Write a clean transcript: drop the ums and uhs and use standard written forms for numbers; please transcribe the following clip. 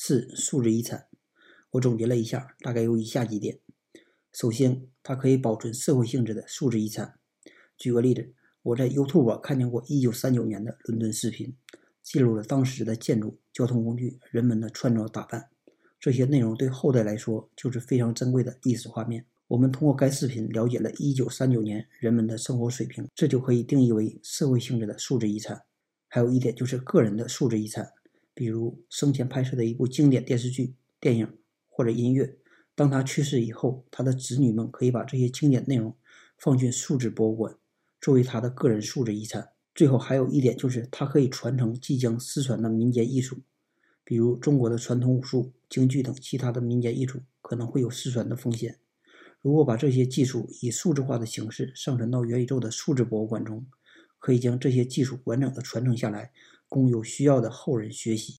4. 数字遗产。我总结了一下，大概有以下几点。首先，它可以保存社会性质的数字遗产。举个例子，我在 YouTube 看见过1939年的伦敦视频，记录了当时的建筑、交通工具、人们的穿着打扮。这些内容对后代来说就是非常珍贵的历史画面。我们通过该视频了解了1939年人们的生活水平，这就可以定义为社会性质的数字遗产。还有一点就是个人的数字遗产，比如生前拍摄的一部经典电视剧、电影或者音乐，当他去世以后，他的子女们可以把这些经典内容放进数字博物馆，作为他的个人数字遗产。最后还有一点就是它可以传承即将失传的民间艺术，比如中国的传统武术、京剧等其他的民间艺术可能会有失传的风险。如果把这些技术以数字化的形式上传到元宇宙的数字博物馆中，可以将这些技术完整的传承下来，供有需要的后人学习。